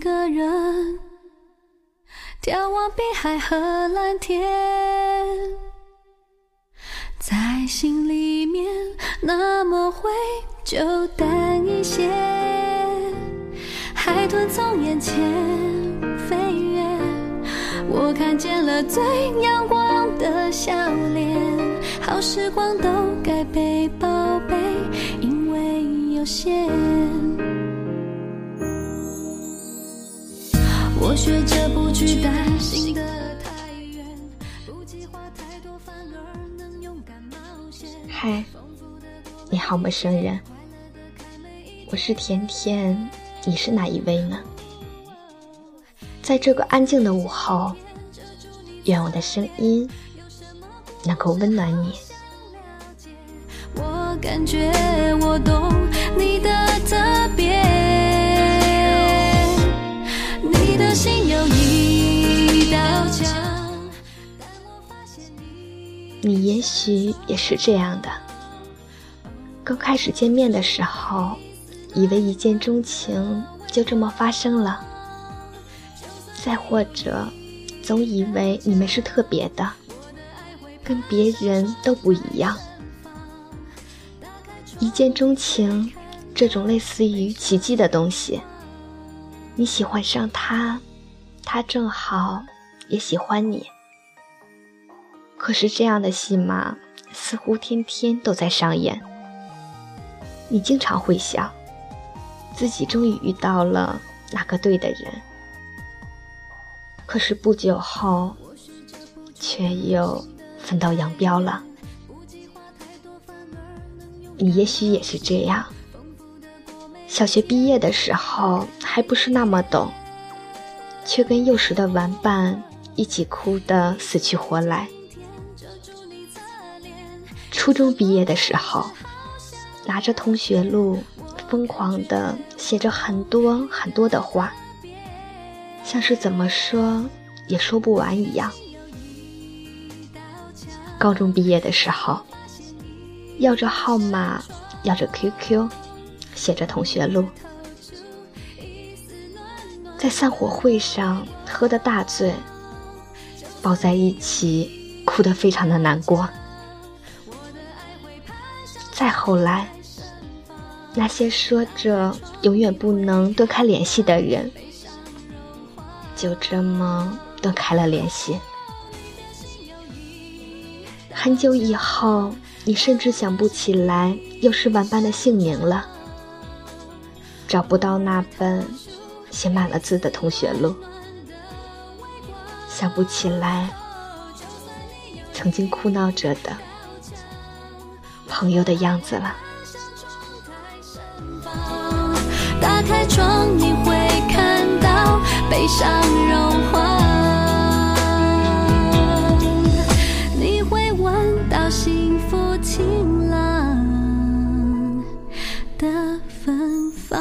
个人眺望碧海和蓝天，在心里面那么灰就淡一些，海豚从眼前飞越，我看见了最阳光的笑脸，好时光都该被宝贝，因为有限。我学着不去担心的太远，不计划太多，反而能勇敢冒险。 嗨，你好陌生人，我是甜甜，你是哪一位呢？在这个安静的午后，愿我的声音能够温暖你。 我感觉我懂你的特别，你的心有一道墙，但我发现你也许也是这样的，刚开始见面的时候，以为一见钟情就这么发生了，再或者总以为你们是特别的，跟别人都不一样。一见钟情这种类似于奇迹的东西，你喜欢上他，他正好也喜欢你。可是这样的戏码似乎天天都在上演，你经常会想自己终于遇到了那个对的人，可是不久后却又分道扬镳了。你也许也是这样，小学毕业的时候还不是那么懂，却跟幼时的玩伴一起哭得死去活来。初中毕业的时候，拿着同学录疯狂地写着很多很多的话，像是怎么说也说不完一样。高中毕业的时候，要着号码，要着 QQ， 写着同学录，在散伙会上喝得大醉，抱在一起哭得非常的难过。再后来，那些说着永远不能断开联系的人，就这么断开了联系。很久以后，你甚至想不起来幼师玩伴的姓名了，找不到那本写满了字的同学录，想不起来曾经哭闹着的朋友的样子了。 打开窗你会看到悲伤融化，你会闻到幸福晴朗的芬芳。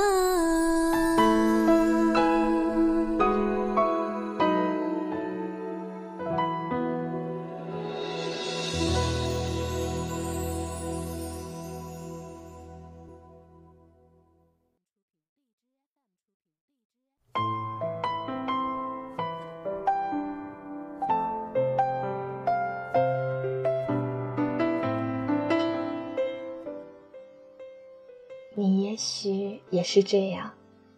你也许也是这样，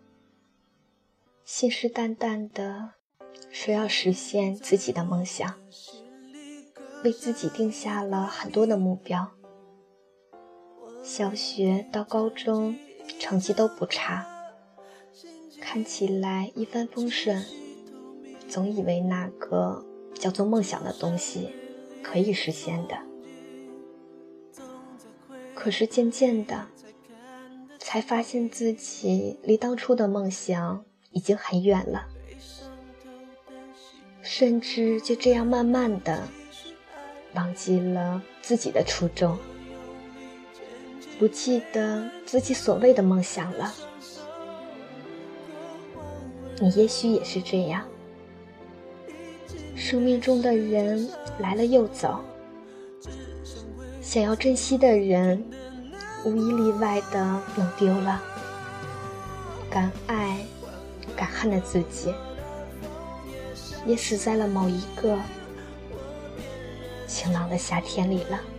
信誓旦旦的说要实现自己的梦想，为自己定下了很多的目标，小学到高中成绩都不差，看起来一帆风顺，总以为那个叫做梦想的东西可以实现的。可是渐渐的才发现自己离当初的梦想已经很远了，甚至就这样慢慢的忘记了自己的初衷，不记得自己所谓的梦想了。你也许也是这样，生命中的人来了又走，想要珍惜的人无一例外的弄丢了，敢爱敢恨的自己，也死在了某一个晴朗的夏天里了。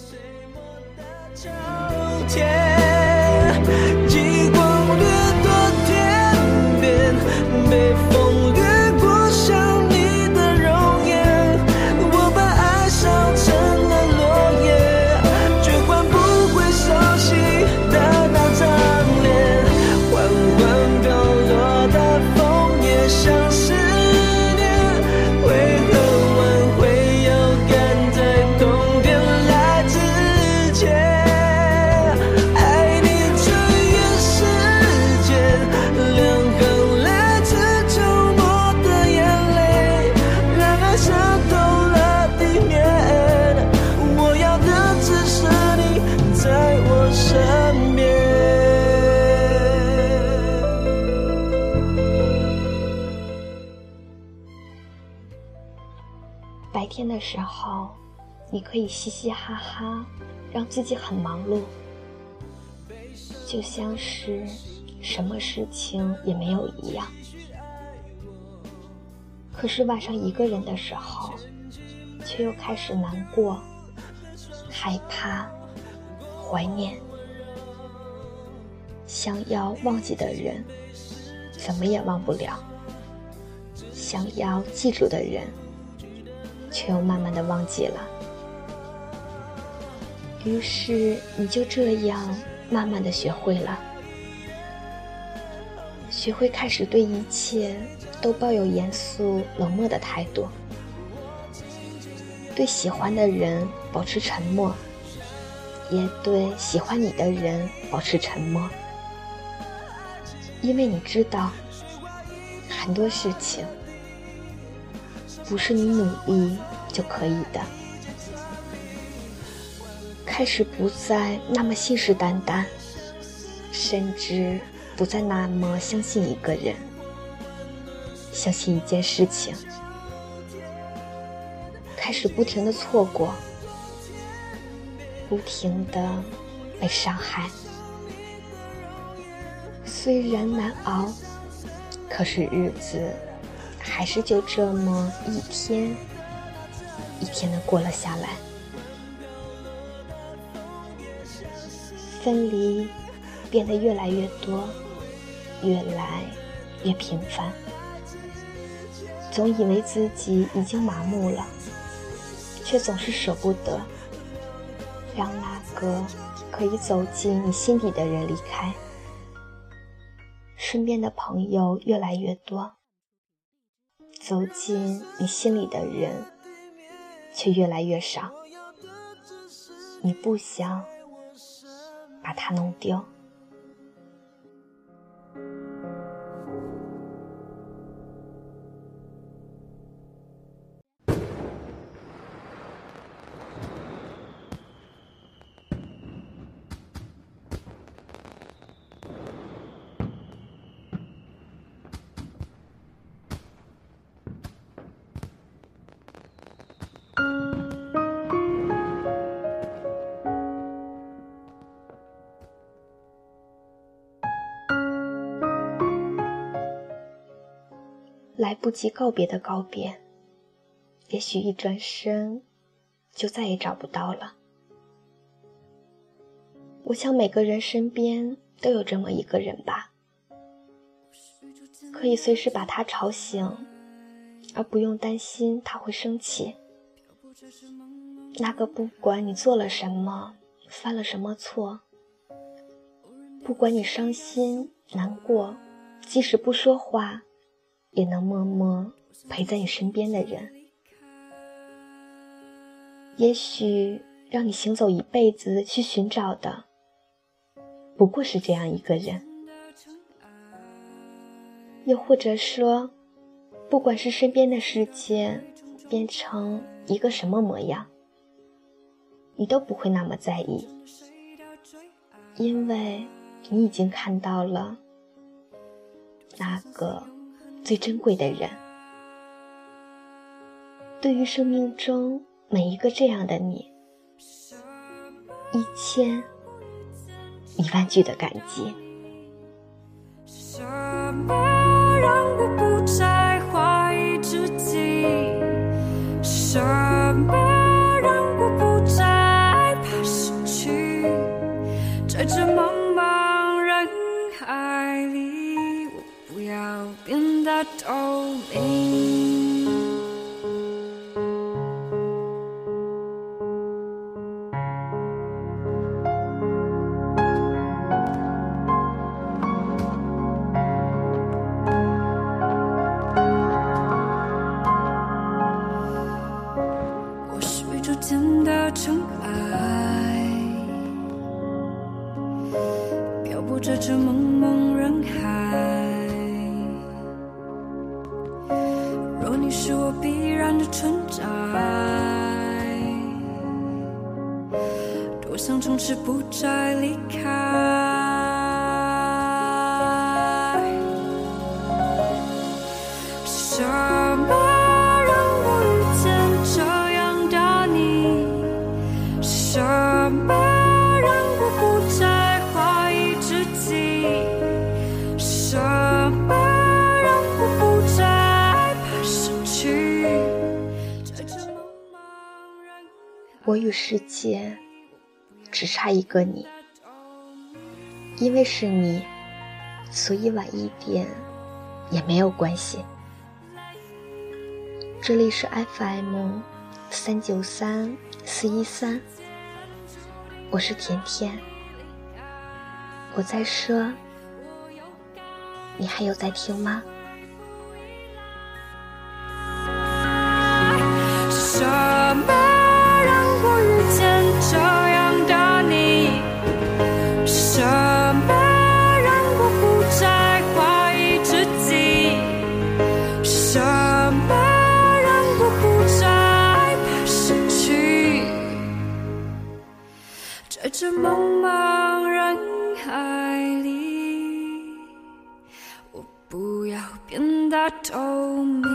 极光掠过天边，被风掠过想你的容颜，我把爱烧成了落叶，却换不回熟悉的那张脸，缓缓飘落的枫叶像思念，为何挽回要赶在冬天来之前， 白天的时候，你可以嘻嘻哈哈，让自己很忙碌，就像是什么事情也没有一样。可是晚上一个人的时候，却又开始难过、害怕、怀念，想要忘记的人，怎么也忘不了；想要记住的人，却又慢慢的忘记了。于是你就这样慢慢的学会了，学会开始对一切都抱有严肃冷漠的态度，对喜欢的人保持沉默，也对喜欢你的人保持沉默。因为你知道，很多事情不是你努力就可以的。开始不再那么信誓旦旦，甚至不再那么相信一个人，相信一件事情。开始不停地错过，不停地被伤害。虽然难熬，可是日子还是就这么一天一天的过了下来。分离变得越来越多，越来越频繁，总以为自己已经麻木了，却总是舍不得让那个可以走进你心底的人离开。身边的朋友越来越多，走进你心里的人却越来越少。你不想把它弄丢。来不及告别的告别，也许一转身就再也找不到了。我想每个人身边都有这么一个人吧，可以随时把他吵醒，而不用担心他会生气。那个不管你做了什么，犯了什么错，不管你伤心难过，即使不说话也能默默陪在你身边的人。也许让你行走一辈子去寻找的，不过是这样一个人。又或者说，不管是身边的世界变成一个什么模样，你都不会那么在意，因为你已经看到了那个最珍贵的人。对于生命中每一个这样的你，1000、10000句的感激。 什么让海里，我不要变得透明。我是宇宙间的尘埃，漂泊着这茫茫人海。若你是我必然的存在，多想从此不再离开。是什么让我遇见这样的你？是什么让我不再怀疑自己？是什么让我不再害怕失去？在这茫茫人海， 我与世界只差一个你，因为是你，所以晚一点也没有关系。这里是 FM 393-413，我是甜甜，我在说，你还有在听吗？ 是什么让我遇见这样的你？是什么让我不再怀疑自己？是什么让我不再害怕失去？在这茫茫人海里，我不要变得透明。